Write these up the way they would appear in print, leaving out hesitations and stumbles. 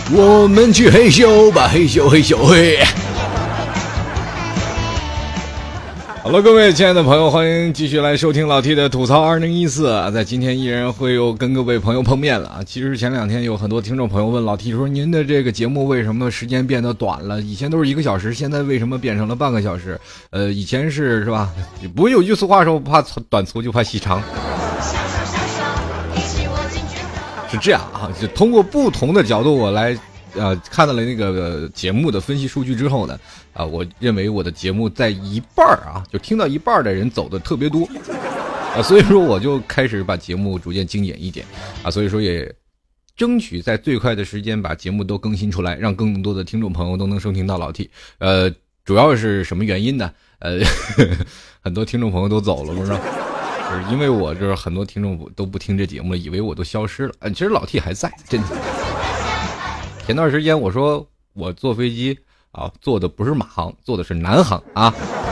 我们去嘿咻吧，嘿咻嘿咻嘿。好了，各位亲爱的朋友，欢迎继续来收听老 T 的吐槽2014。在今天依然会有跟各位朋友碰面了啊。其实前两天有很多听众朋友问老 T 说，您的这个节目为什么时间变得短了？以前都是1个小时，现在为什么变成了半个小时？以前是吧？不有句俗话说，不怕短粗就怕细长。是这样啊，就通过不同的角度我来看到了那个节目的分析数据之后呢，我认为我的节目在一半啊，就听到一半的人走的特别多所以说我就开始把节目逐渐精简一点所以说也争取在最快的时间把节目都更新出来，让更多的听众朋友都能收听到老 T。主要是什么原因呢？很多听众朋友都走了，不知道。就是因为我就是很多听众都不听这节目了，以为我都消失了。其实老 T 还在，真的。前段时间我说我坐飞机坐的不是马航，坐的是南航啊。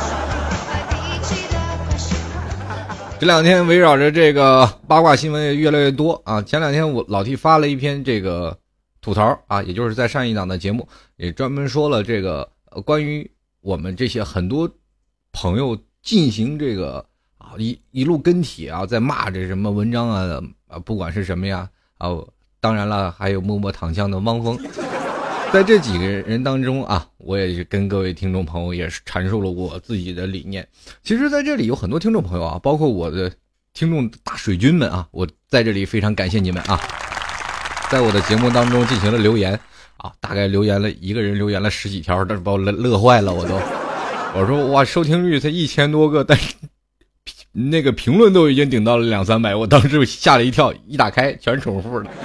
这两天围绕着这个八卦新闻也越来越多啊。前两天我老 T 发了一篇这个吐槽啊，也就是在上一档的节目也专门说了这个关于我们这些很多朋友进行这个一路跟帖在骂这什么文章不管是什么呀当然了，还有默默躺枪的汪峰。在这几个人当中我也跟各位听众朋友也是阐述了我自己的理念。其实在这里有很多听众朋友包括我的听众大水军们我在这里非常感谢你们在我的节目当中进行了留言大概留言了一个人留言了10几条，但是把我乐坏了。我说哇，收听率才1000多个，但是那个评论都已经顶到了200-300，我当时吓了一跳，一打开全是重复的。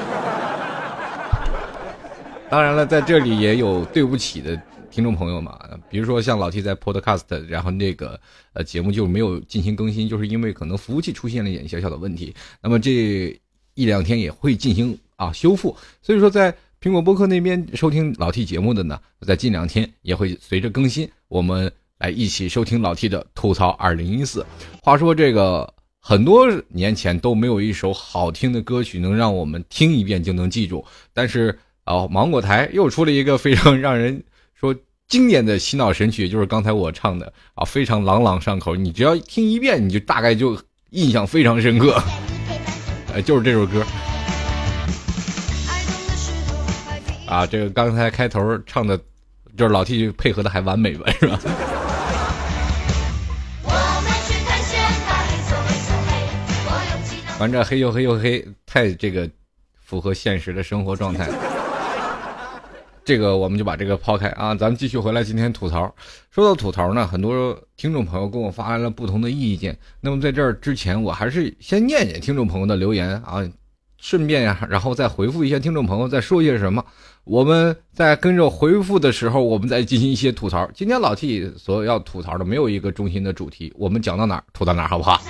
当然了，在这里也有对不起的听众朋友嘛，比如说像老 T 在 Podcast， 然后那个节目就没有进行更新，就是因为可能服务器出现了一点小小的问题，那么这1-2天也会进行修复。所以说在苹果播客那边收听老 T 节目的呢，在近2天也会随着更新，我们来一起收听老 T 的吐槽2014。话说这个很多年前都没有一首好听的歌曲能让我们听一遍就能记住，但是芒果台又出了一个非常让人说经典的洗脑神曲，就是刚才我唱的非常朗朗上口，你只要听一遍你就大概就印象非常深刻就是这首歌这个刚才开头唱的就是老 T 配合的还完美吧，是吧？反正嘿呦嘿呦嘿，太这个符合现实的生活状态。这个我们就把这个抛开咱们继续回来今天吐槽。说到吐槽呢，很多听众朋友跟我发来了不同的意见，那么在这儿之前我还是先念念听众朋友的留言顺便然后再回复一些听众朋友再说些什么，我们在跟着回复的时候我们再进行一些吐槽。今天老 T 所要吐槽的没有一个中心的主题，我们讲到哪儿吐到哪儿，好不好？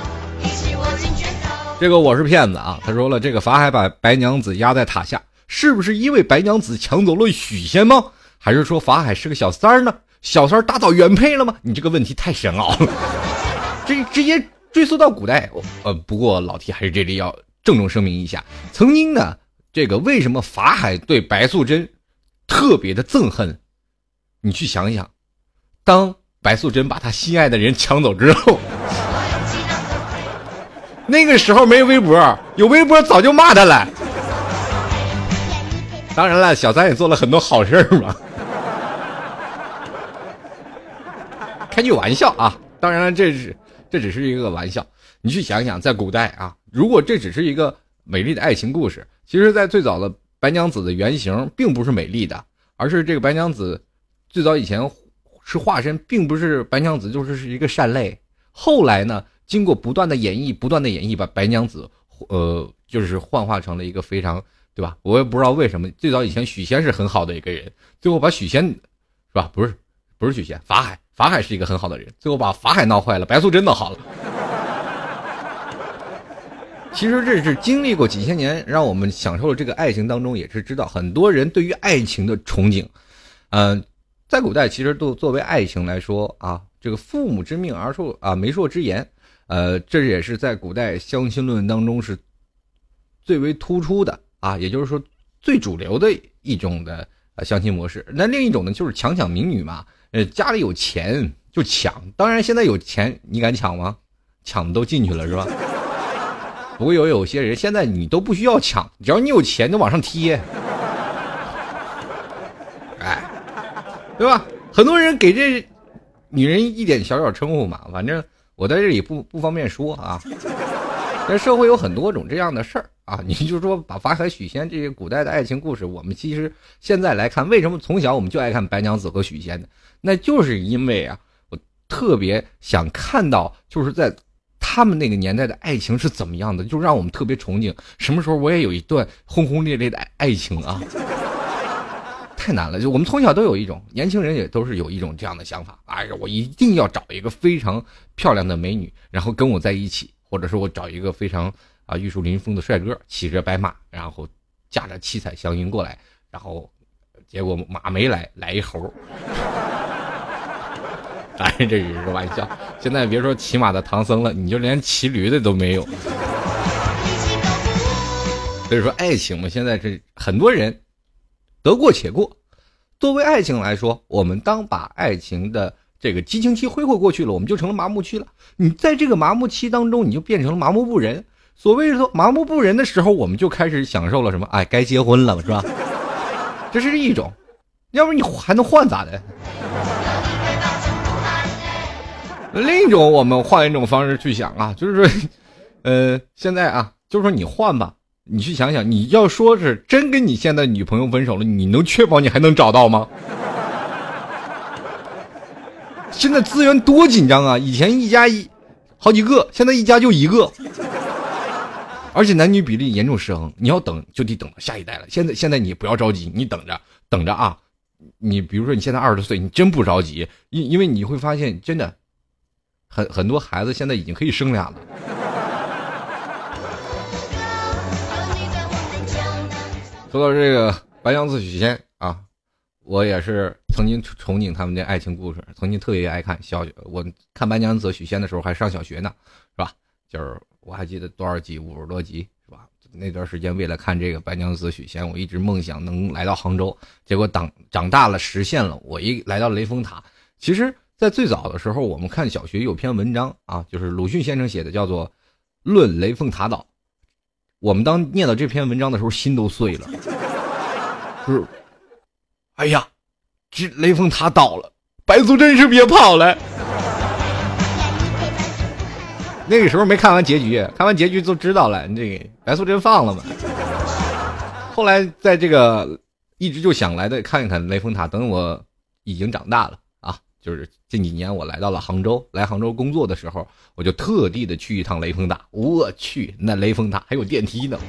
这个我是骗子他说了，这个法海把白娘子压在塔下，是不是因为白娘子抢走了许仙吗？还是说法海是个小三儿呢？小三儿打倒原配了吗？你这个问题太深奥了，这直接追溯到古代。不过老 T 还是这里要郑重声明一下，曾经呢这个为什么法海对白素贞特别的憎恨，你去想一想，当白素贞把他心爱的人抢走之后，那个时候没微博，有微博早就骂他了。当然了，小三也做了很多好事嘛，开句玩笑当然了，这只是一个玩笑。你去想想，在古代如果这只是一个美丽的爱情故事，其实在最早的白娘子的原型并不是美丽的，而是这个白娘子最早以前是化身，并不是白娘子就是一个善类。后来呢，经过不断的演绎，把白娘子就是幻化成了一个非常，对吧？我也不知道为什么，最早以前许仙是很好的一个人，最后把许仙，是吧？不是许仙，法海是一个很好的人，最后把法海闹坏了，白素贞闹好了。其实这是经历过几千年，让我们享受了这个爱情当中，也是知道很多人对于爱情的憧憬。在古代其实都作为爱情来说这个父母之命而受媒妁之言，这也是在古代相亲论当中是最为突出的也就是说最主流的一种的相亲模式。那另一种呢，就是强抢民女嘛，家里有钱就抢，当然现在有钱你敢抢吗？抢的都进去了是吧？不过有些人现在你都不需要抢，只要你有钱就往上贴，哎，对吧？很多人给这女人一点小称呼嘛，反正我在这里不方便说啊。但社会有很多种这样的事儿啊，你就说把法海许仙这些古代的爱情故事，我们其实现在来看，为什么从小我们就爱看白娘子和许仙呢？那就是因为啊，我特别想看到，就是在他们那个年代的爱情是怎么样的，就让我们特别憧憬，什么时候我也有一段轰轰烈烈的爱情啊！太难了，就我们从小都有一种，年轻人也都是有一种这样的想法，哎呀，我一定要找一个非常漂亮的美女，然后跟我在一起。或者是我找一个非常玉树临风的帅哥，骑着白马，然后驾着七彩祥云过来，然后结果马没来一猴。当然这只是玩笑，现在别说骑马的唐僧了，你就连骑驴的都没有。所以说爱情嘛，现在这很多人得过且过。作为爱情来说，我们当把爱情的这个激情期挥霍过去了，我们就成了麻木期了。你在这个麻木期当中，你就变成了麻木不仁。所谓说麻木不仁的时候，我们就开始享受了什么？哎，该结婚了，是吧？这是一种，要不然你还能换咋的？另一种，我们换一种方式去想啊，就是说，现在啊，就是说你换吧，你去想想，你要说是真跟你现在女朋友分手了，你能确保你还能找到吗？现在资源多紧张啊！以前一家好几个，现在一家就一个，而且男女比例严重失衡。你要等就得等到下一代了。现在你不要着急，你等着啊！你比如说你现在20岁，你真不着急，因为你会发现真的很多孩子现在已经可以生俩了。说到这个白娘子许仙啊。我也是曾经憧憬他们的爱情故事，曾经特别爱看。我看白娘子许仙的时候还上小学呢，是吧？就是我还记得多少集，50多集，是吧？那段时间为了看这个白娘子许仙，我一直梦想能来到杭州，结果长大了实现了。我一来到雷峰塔，其实在最早的时候，我们看小学有篇文章啊，就是鲁迅先生写的，叫做《论雷峰塔岛》。我们当念到这篇文章的时候，心都碎了，就是哎呀，这雷峰塔倒了，白素贞是别跑了。那个时候没看完结局，看完结局就知道了，这个白素贞放了嘛。后来在这个一直就想来的看一看雷峰塔，等我已经长大了啊，就是近几年我来到了杭州，来杭州工作的时候，我就特地的去一趟雷峰塔。我去，那雷峰塔还有电梯呢。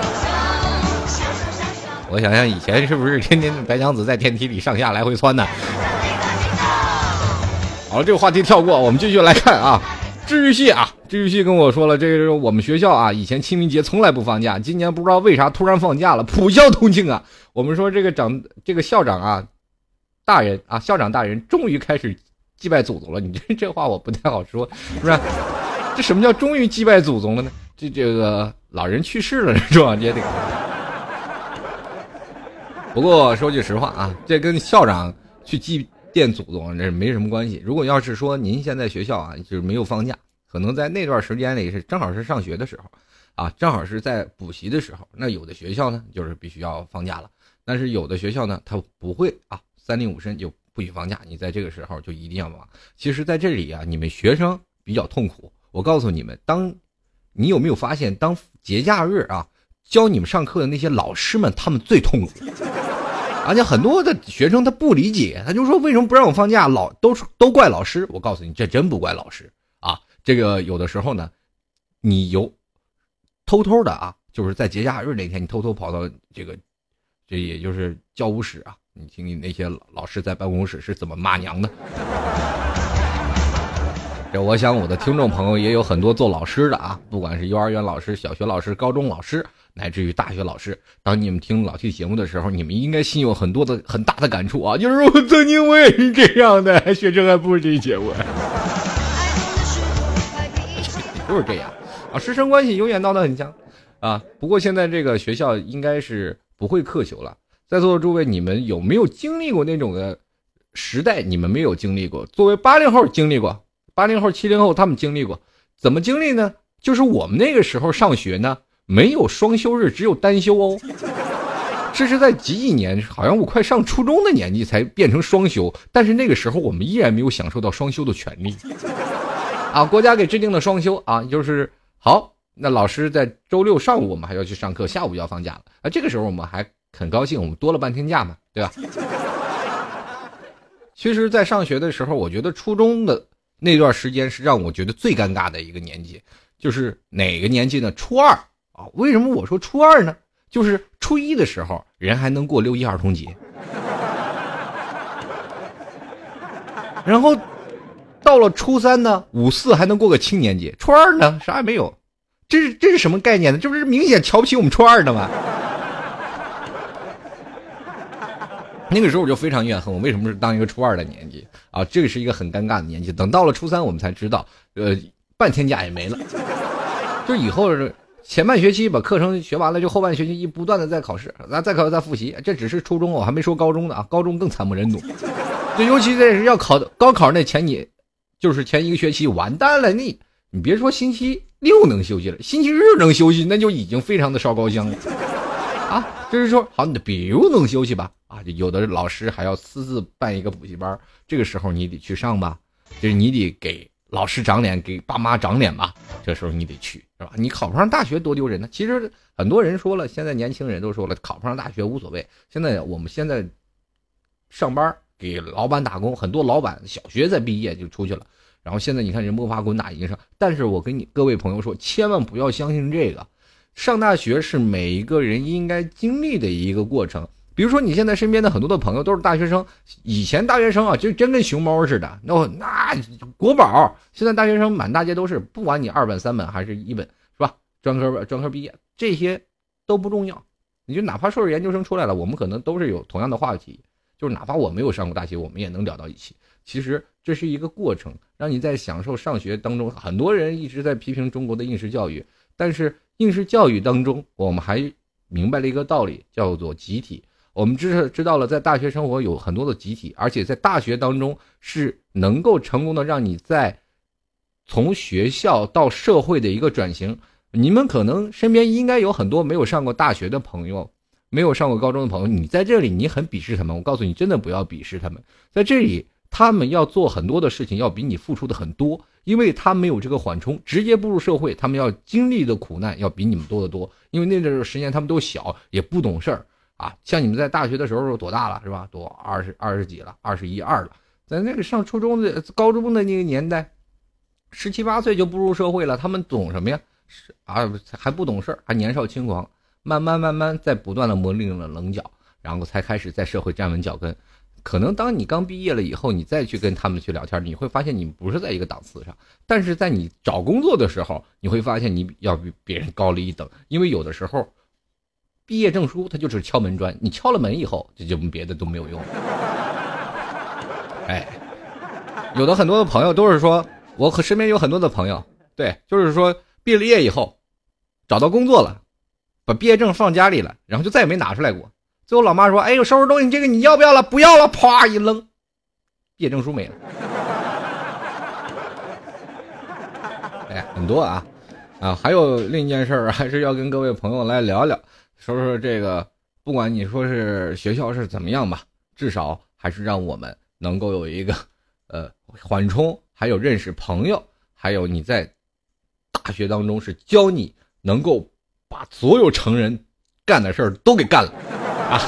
我想想以前是不是天天白娘子在电梯里上下来回窜呢？好了，这个话题跳过，我们继续来看啊。治愈系跟我说了，这个我们学校啊，以前清明节从来不放假，今年不知道为啥突然放假了，普校同庆啊。我们说这个校长啊，校长大人终于开始祭拜祖宗了。你这话我不太好说，是不是？这什么叫终于祭拜祖宗了呢？这个老人去世了是吧？也得。不过说句实话啊，这跟校长去祭奠祖宗这没什么关系。如果要是说您现在学校啊就是没有放假，可能在那段时间里是正好是上学的时候啊，正好是在补习的时候，那有的学校呢就是必须要放假了，但是有的学校呢它不会啊，3令5申就不许放假，你在这个时候就一定要忙。其实在这里啊，你们学生比较痛苦。我告诉你们，你有没有发现，当节假日啊教你们上课的那些老师们，他们最痛苦。而且很多的学生他不理解，他就说为什么不让我放假，都怪老师。我告诉你，这真不怪老师啊。这个有的时候呢，你偷偷的啊，就是在节假日那天，你偷偷跑到这也就是教务室啊，你听听那些老师在办公室是怎么骂娘的。这我想我的听众朋友也有很多做老师的啊，不管是幼儿园老师、小学老师、高中老师，乃至于大学老师。当你们听老 T 节目的时候，你们应该心有很大的感触啊，就是我曾经我也是这样的，学生还不理解我。就是这样啊，师生关系永远闹得很僵啊。不过现在这个学校应该是不会苛求了。 在座的诸位，你们有没有经历过那种的时代？你们没有经历过，作为80后经历过，80后、70后他们经历过，怎么经历呢？就是我们那个时候上学呢，没有双休日，只有单休哦。这是在几年，好像我快上初中的年纪才变成双休，但是那个时候我们依然没有享受到双休的权利啊！国家给制定了双休啊，就是好，那老师在周六上午我们还要去上课，下午就要放假了啊！这个时候我们还很高兴，我们多了半天假嘛，对吧？其实，在上学的时候，我觉得初中的那段时间是让我觉得最尴尬的一个年纪，就是哪个年纪呢？初二啊！为什么我说初二呢？就是初一的时候，人还能过6·1儿童节，然后到了初三呢，5·4还能过个青年节，初二呢啥也没有，这是什么概念呢？这不是明显瞧不起我们初二的吗？那个时候我就非常怨恨，我为什么是当一个初二的年纪啊？这个是一个很尴尬的年纪。等到了初三，我们才知道，半天假也没了，就以后前半学期把课程学完了，就后半学期不断的在考试，再考再复习。这只是初中，我还没说高中的啊，高中更惨不忍睹。就尤其在要考高考那前就是前一个学期完蛋了，你别说星期六能休息了，星期日能休息，那就已经非常的烧高香了啊。就是说，好，你的比如能休息吧啊，有的老师还要私自办一个补习班，这个时候你得去上吧，就是你得给老师长脸，给爸妈长脸吧，这时候你得去，是吧？你考不上大学多丢人呢。其实很多人说了，现在年轻人都说了，考不上大学无所谓。我们现在上班给老板打工，很多老板小学再毕业就出去了，然后现在你看人摸爬滚打已经上。但是我跟各位朋友说，千万不要相信这个，上大学是每一个人应该经历的一个过程。比如说你现在身边的很多的朋友都是大学生，以前大学生啊就真跟熊猫似的，那国宝，现在大学生满大街都是，不管你2本3本还是1本，是吧？专科毕业，这些都不重要。你就哪怕硕士研究生出来了，我们可能都是有同样的话题，就是哪怕我没有上过大学，我们也能聊到一起。其实这是一个过程，让你在享受上学当中。很多人一直在批评中国的应试教育，但是应试教育当中，我们还明白了一个道理，叫做集体。我们知道了，在大学生活有很多的集体，而且在大学当中是能够成功的让你在从学校到社会的一个转型。你们可能身边应该有很多没有上过大学的朋友，没有上过高中的朋友，你在这里你很鄙视他们，我告诉你，真的不要鄙视他们。在这里他们要做很多的事情，要比你付出的很多，因为他没有这个缓冲，直接步入社会，他们要经历的苦难要比你们多得多。因为那阵时间他们都小，也不懂事儿啊。像你们在大学的时候多大了，是吧？都20几了，21、2了。在那个上初中的、高中的那个年代，17、18岁就步入社会了，他们懂什么呀？还不懂事儿，还年少轻狂，慢慢在不断的磨砺了棱角，然后才开始在社会站稳脚跟。可能当你刚毕业了以后，你再去跟他们去聊天，你会发现你不是在一个档次上。但是在你找工作的时候，你会发现你要比别人高了一等，因为有的时候毕业证书它就是敲门砖，你敲了门以后，这就别的都没有用。有的很多的朋友都是说，我身边有很多的朋友，对，就是说毕了业以后找到工作了，把毕业证放家里了，然后就再也没拿出来过。最后老妈说，哎呦，收拾东西，这个你要不要了？不要了，啪一扔，毕业证书没了。很多啊，还有另一件事儿，还是要跟各位朋友来聊聊，说这个，不管你说是学校是怎么样吧，至少还是让我们能够有一个缓冲，还有认识朋友，还有你在大学当中是教你能够把所有成人干的事儿都给干了啊。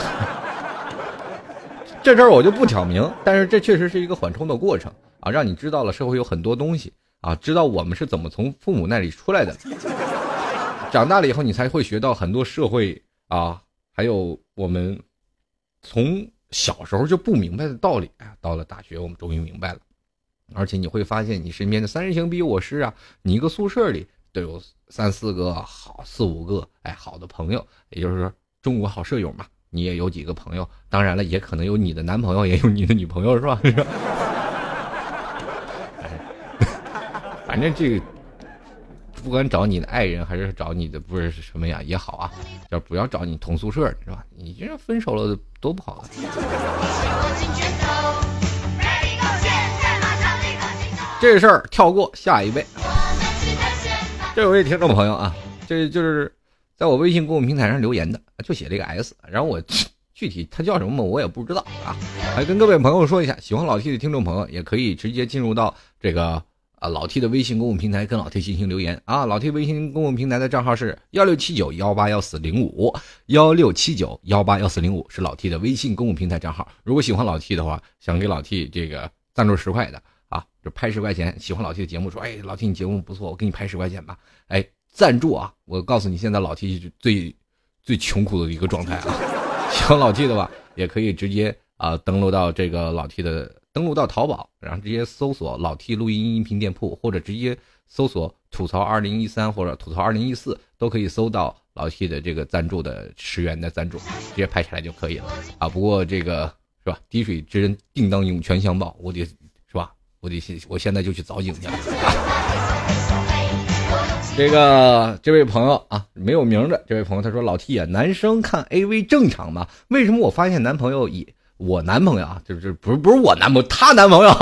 这事儿我就不挑明，但是这确实是一个缓冲的过程啊，让你知道了社会有很多东西啊，知道我们是怎么从父母那里出来的。长大了以后，你才会学到很多社会啊，还有我们从小时候就不明白的道理。到了大学我们终于明白了，而且你会发现你身边的三人行必有我师啊，你一个宿舍里都有3、4个好4、5个好的朋友，也就是说中国好舍友嘛，你也有几个朋友，当然了也可能有你的男朋友，也有你的女朋友，是吧？反正这个不管找你的爱人还是找你的不是什么呀也好啊，就不要找你同宿舍的是吧？你这样分手了多不好啊！这事儿跳过，下一位。这位听众朋友啊，这就是在我微信公众平台上留言的，就写了一个 S， 然后我具体他叫什么我也不知道啊。还跟各位朋友说一下，喜欢老 T 的听众朋友也可以直接进入到这个老 T 的微信公众平台跟老 T 进行留言啊。老 T 微信公众平台的账号是1679181405，1679181405是老 T 的微信公众平台账号。如果喜欢老 T 的话，想给老 T 这个赞助10块的啊，就拍10块钱，喜欢老 T 的节目，说老 T 你节目不错，我给你拍10块钱吧。赞助啊，我告诉你，现在老 T 是最穷苦的一个状态啊。喜欢老 T 的话，也可以直接登录到这个老 T 的，登录到淘宝，然后直接搜索老 T 录音音频店铺，或者直接搜索吐槽2013或者吐槽2014，都可以搜到老 T 的这个赞助的10元的赞助，直接拍下来就可以了啊。不过这个是吧，滴水之恩定当涌泉相报，我得是吧，我现在就去凿井去了这位朋友啊，没有名的这位朋友，他说老 T 啊，男生看 AV 正常吗？为什么我发现我男朋友啊，就是不是我男朋友，他男朋友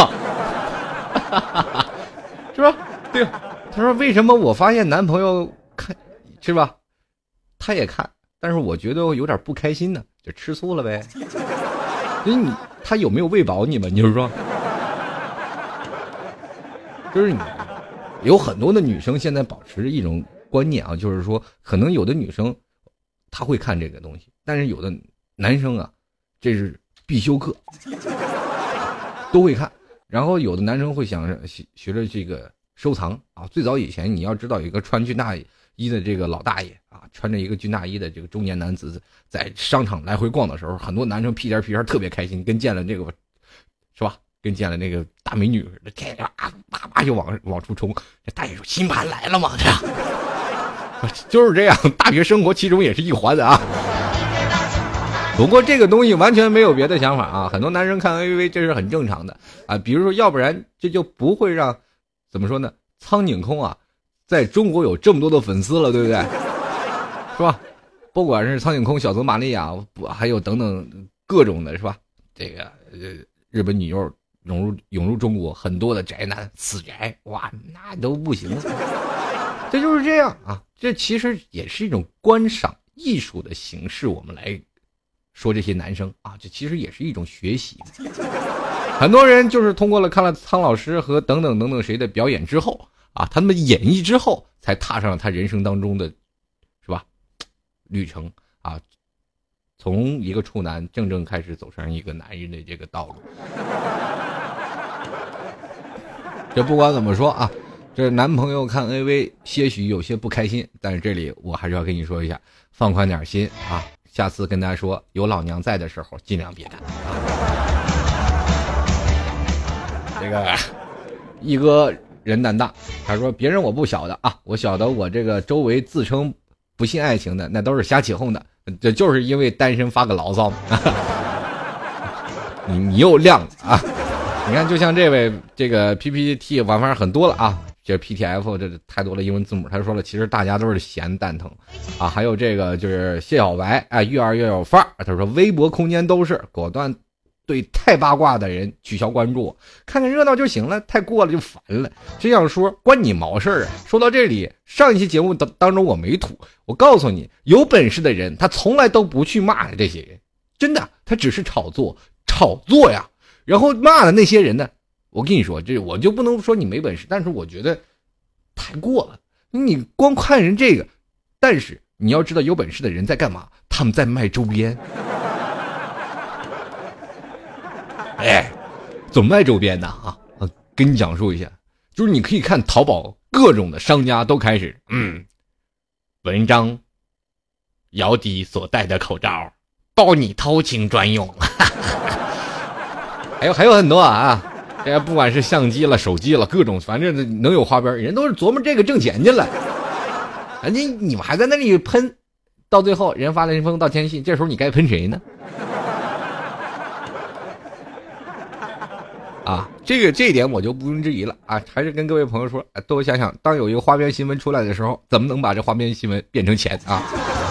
是吧？对，他说为什么我发现男朋友看是吧？他也看，但是我觉得有点不开心呢，就吃醋了呗。他有没有喂饱你们？你就说，就是你。有很多的女生现在保持着一种观念啊，就是说可能有的女生她会看这个东西，但是有的男生啊，这是必修课都会看。然后有的男生会想学着这个收藏啊。最早以前你要知道，有一个穿军大衣的这个老大爷啊，穿着一个军大衣的这个中年男子在商场来回逛的时候，很多男生屁颠特别开心，跟见了这个是吧，跟见了那个大美女似的，天啊叭就往出冲。这大爷说新盘来了吗？这样就是这样，大学生活其中也是一环的啊。不过这个东西完全没有别的想法啊，很多男生看 AV 这是很正常的啊。比如说，要不然这就不会让怎么说呢？苍井空啊，在中国有这么多的粉丝了，对不对？是吧？不管是苍井空、小泽玛利亚，还有等等各种的，是吧？这个日本女优涌入中国，很多的宅男死宅，哇，那都不行了。这就是这样啊，这其实也是一种观赏艺术的形式。我们来说这些男生啊，这其实也是一种学习。很多人就是通过看了苍老师和等等谁的表演之后啊，他们演绎之后，才踏上了他人生当中的是吧旅程啊，从一个处男正开始走上一个男人的这个道路。这不管怎么说啊，这男朋友看 AV 些许有些不开心，但是这里我还是要跟你说一下，放宽点心啊，下次跟大家说有老娘在的时候尽量别干。这个一哥人胆大，他说别人我不晓得啊，我晓得我这个周围自称不信爱情的那都是瞎起哄的，这就是因为单身发个牢骚。你又亮了啊！你看，就像这位这个 PPT 玩法很多了啊，这 PTF 这太多了英文字母。他说了，其实大家都是闲蛋疼啊。还有这个就是谢小白，越来越有范儿。他说微博空间都是果断对太八卦的人取消关注，看看热闹就行了，太过了就烦了。这样说关你毛事啊！说到这里，上一期节目当中我没吐，我告诉你，有本事的人他从来都不去骂这些人，真的，他只是炒作呀。然后骂的那些人呢，我跟你说，这我就不能说你没本事，但是我觉得太过了。你光看人这个，但是你要知道有本事的人在干嘛，他们在卖周边。怎么卖周边呢？跟你讲述一下，就是你可以看淘宝各种的商家都开始文章姚笛所戴的口罩包你偷情专用。还有很多啊，这不管是相机了手机了各种，反正能有花边，人都是琢磨这个挣钱去了。你们还在那里喷，到最后人发了一封道歉信，这时候你该喷谁呢？ 啊，这一点我就毋庸置疑了啊！还是跟各位朋友说，多想想，当有一个花边新闻出来的时候，怎么能把这花边新闻变成钱啊？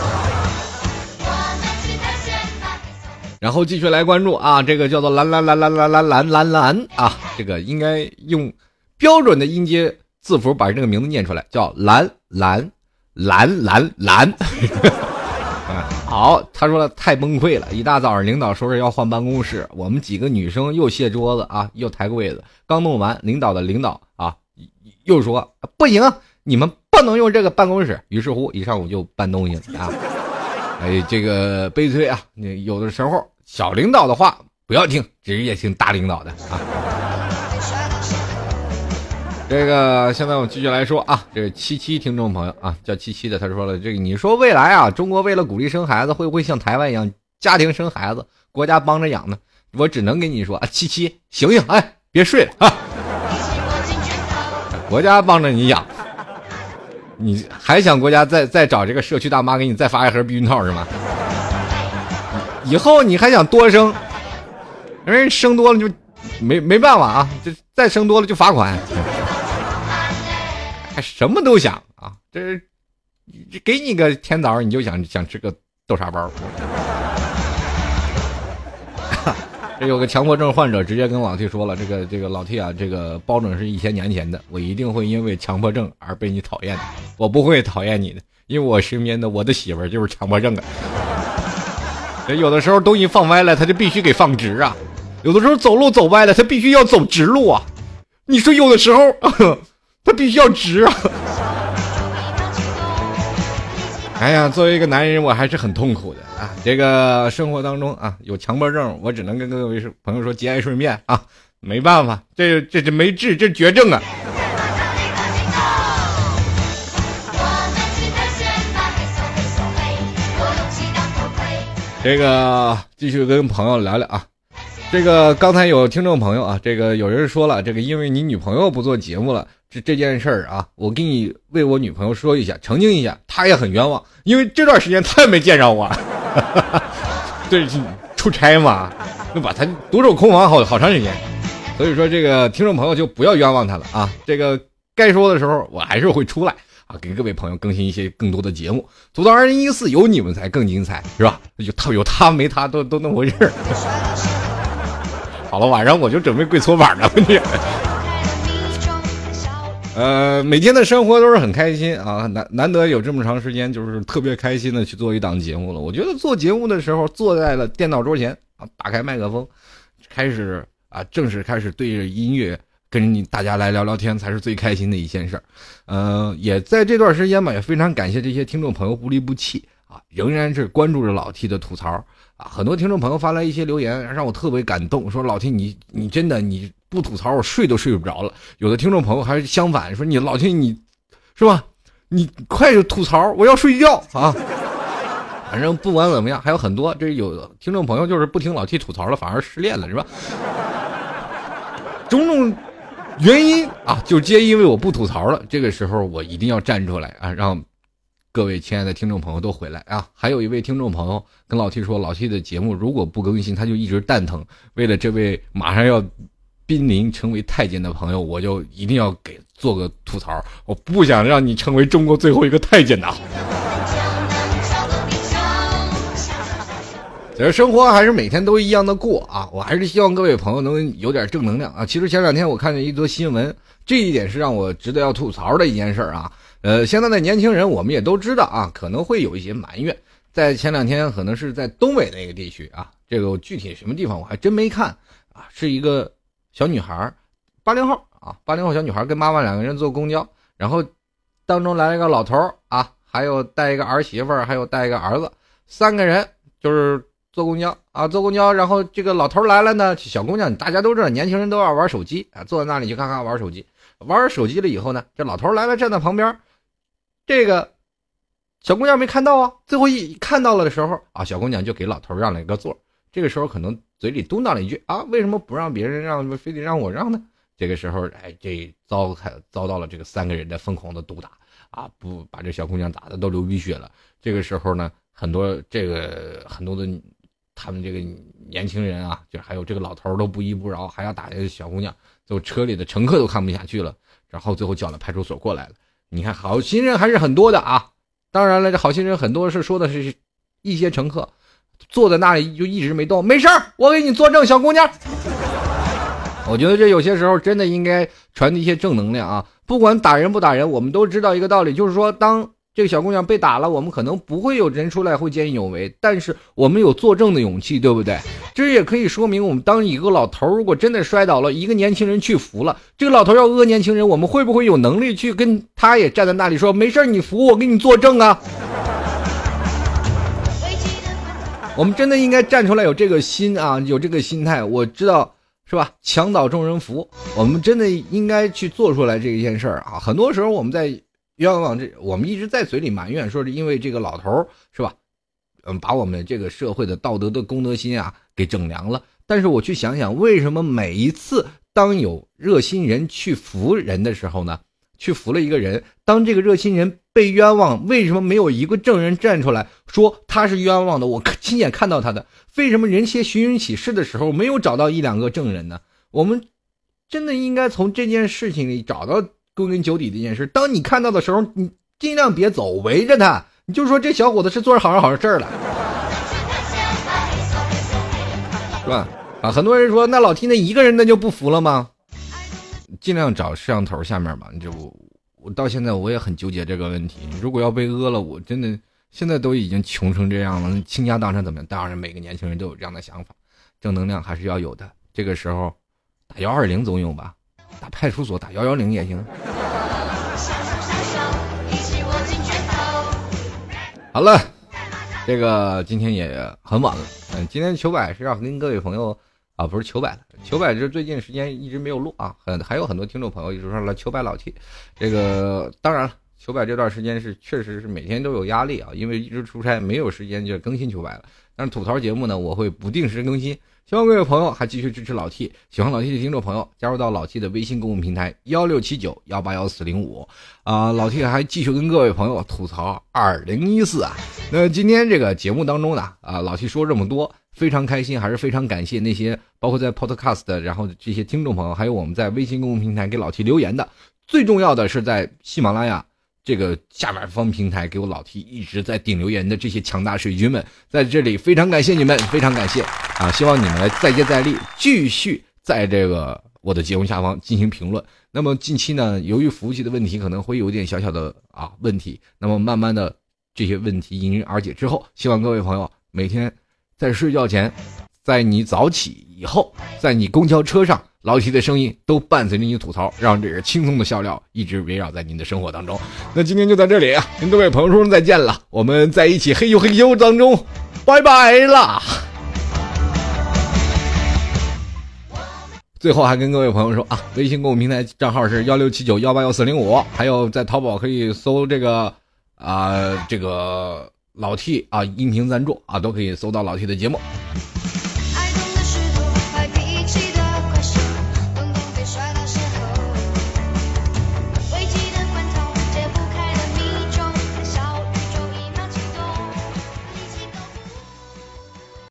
然后继续来关注啊，这个叫做蓝啊，这个应该用标准的音阶字符把这个名字念出来，叫蓝。好，他说了太崩溃了，一大早上领导说是要换办公室，我们几个女生又卸桌子啊，又抬个位子，刚弄完，领导啊又说不行，你们不能用这个办公室，于是乎一上午就搬东西了啊。这个悲催啊！有的时候小领导的话不要听，直接听大领导的啊。这个现在我继续来说啊，这个77听众朋友啊，叫77的，他说了，这个你说未来啊，中国为了鼓励生孩子，会不会像台湾一样，家庭生孩子，国家帮着养呢？我只能跟你说啊，77醒醒，别睡了啊！国家帮着你养。你还想国家再找这个社区大妈给你再发一盒避孕套是吗？以后你还想多生，人生多了就没办法啊，这再生多了就罚款，还什么都想啊！这给你个甜枣，你就想吃个豆沙包。这有个强迫症患者直接跟老 T 说了，这个老 T 啊，这个包准是1000年前的，我一定会因为强迫症而被你讨厌的，我不会讨厌你的，因为我身边的我的媳妇儿就是强迫症的。有的时候东西放歪了，他就必须给放直啊；有的时候走路走歪了，他必须要走直路啊。你说有的时候他必须要直啊。哎呀，作为一个男人，我还是很痛苦的啊！这个生活当中啊，有强迫症，我只能跟各位朋友说节哀顺变啊，没办法，这没治，这绝症啊！这个继续跟朋友聊聊啊。这个刚才有听众朋友啊，这个有人说了，这个因为你女朋友不做节目了，这件事儿啊，我给你为我女朋友说一下，澄清一下，她也很冤枉，因为这段时间她也没见着我，对，出差嘛，就把她独守空房好长时间，所以说这个听众朋友就不要冤枉她了啊，这个该说的时候我还是会出来啊，给各位朋友更新一些更多的节目，吐槽2014有你们才更精彩，是吧？有他没他都那么回事儿。好了，晚上我就准备跪搓板了。每天的生活都是很开心啊，难得有这么长时间，就是特别开心的去做一档节目了。我觉得做节目的时候，坐在了电脑桌前啊，打开麦克风，正式开始对着音乐跟大家来聊聊天，才是最开心的一件事儿。也在这段时间吧，也非常感谢这些听众朋友不离不弃啊，仍然是关注着老 T 的吐槽。啊，很多听众朋友发来一些留言，让我特别感动，说老 T 你真的你不吐槽我睡都睡不着了。有的听众朋友还是相反，说你老 T 你是吧？你快就吐槽，我要睡觉啊！反正不管怎么样，还有很多这有听众朋友就是不听老 T 吐槽了，反而失恋了，是吧？种种原因啊，就皆因为我不吐槽了。这个时候我一定要站出来啊，让各位亲爱的听众朋友都回来啊！还有一位听众朋友跟老 T 说，老 T 的节目如果不更新，他就一直蛋疼。为了这位马上要濒临成为太监的朋友，我就一定要给做个吐槽，我不想让你成为中国最后一个太监的。其实生活还是每天都一样的过啊！我还是希望各位朋友能有点正能量啊！其实前两天我看见一则新闻，这一点是让我值得要吐槽的一件事啊。现在的年轻人我们也都知道啊，可能会有一些埋怨。在前两天可能是在东北那个地区啊，这个具体什么地方我还真没看啊，是一个小女孩，80后啊，80后小女孩跟妈妈两个人坐公交，然后当中来了一个老头啊，还有带一个儿媳妇还有带一个儿子，3个人就是坐公交啊，坐公交，然后这个老头来了呢，小姑娘大家都知道，年轻人都要玩手机啊，坐在那里就看看玩手机，玩手机了以后呢，这老头来了站在旁边，这个小姑娘没看到啊，最后一看到了的时候啊，小姑娘就给老头让了一个座，这个时候可能嘴里嘟囔了一句啊，为什么不让别人让，非得让我让呢？这个时候这遭到了这个3个人的疯狂的毒打啊，不把这小姑娘打的都流鼻血了。这个时候呢，很多的他们这个年轻人啊，就还有这个老头都不依不饶，还要打这个小姑娘，最后车里的乘客都看不下去了，然后最后叫了派出所过来了。你看好心人还是很多的啊，当然了，这好心人很多是说的是一些乘客坐在那里就一直没动，没事儿，我给你作证，小姑娘。我觉得这有些时候真的应该传递一些正能量啊！不管打人不打人，我们都知道一个道理，就是说，当这个小姑娘被打了，我们可能不会有人出来会见义勇为，但是我们有作证的勇气，对不对？这也可以说明，我们当一个老头如果真的摔倒了，一个年轻人去扶了，这个老头要讹年轻人，我们会不会有能力去跟他也站在那里说，没事你扶我，给你作证啊？我们真的应该站出来，有这个心啊，有这个心态。我知道。是吧？墙倒众人扶，我们真的应该去做出来这一件事儿啊！很多时候我们在冤枉我们一直在嘴里埋怨，说是因为这个老头是吧？把我们这个社会的道德的公德心啊给整凉了。但是我去想想，为什么每一次当有热心人去扶人的时候呢？去扶了一个人，当这个热心人被冤枉，为什么没有一个证人站出来说他是冤枉的？我亲眼看到他的。为什么人些寻人启事的时候没有找到一两个证人呢？我们真的应该从这件事情里找到归根究底的一件事。当你看到的时候，你尽量别走，围着他，你就说这小伙子是做着好事了，是吧？啊，很多人说那老 T 那一个人那就不服了吗？尽量找摄像头下面吧。我到现在我也很纠结这个问题。如果要被讹了，我真的现在都已经穷成这样了，倾家荡产怎么样？当然每个年轻人都有这样的想法，正能量还是要有的。这个时候打120总有吧，打派出所打110也行。好了，这个今天也很晚了，今天糗百是要跟各位朋友啊，不是糗百了，糗百是最近时间一直没有录啊，还有很多听众朋友一直说了糗百老 T， 这个当然了，糗百这段时间是确实是每天都有压力啊，因为一直出差没有时间就更新糗百了。但是吐槽节目呢，我会不定时更新，希望各位朋友还继续支持老 T， 喜欢老 T 的听众朋友加入到老 T 的微信公共平台1679181405啊，老 T 还继续跟各位朋友吐槽2014啊。那今天这个节目当中呢，老 T 说这么多，非常开心，还是非常感谢那些包括在 Podcast 然后这些听众朋友，还有我们在微信公共平台给老 T 留言的，最重要的是在喜马拉雅这个下面方平台给我老 T 一直在顶留言的这些强大水军们，在这里非常感谢你们，非常感谢啊！希望你们来再接再厉，继续在这个我的节目下方进行评论。那么近期呢，由于服务器的问题可能会有点小小的问题，那么慢慢的这些问题迎刃而解之后，希望各位朋友每天在睡觉前，在你早起以后，在你公交车上，老 T 的声音都伴随着你吐槽，让这个轻松的笑料一直围绕在您的生活当中。那今天就在这里啊，跟各位朋友说再见了，我们在一起嘿呦嘿呦当中拜拜啦。最后还跟各位朋友说啊，微信公众平台账号是1679181405，还有在淘宝可以搜这个这个老 T 音频赞助都可以搜到老 T 的节目。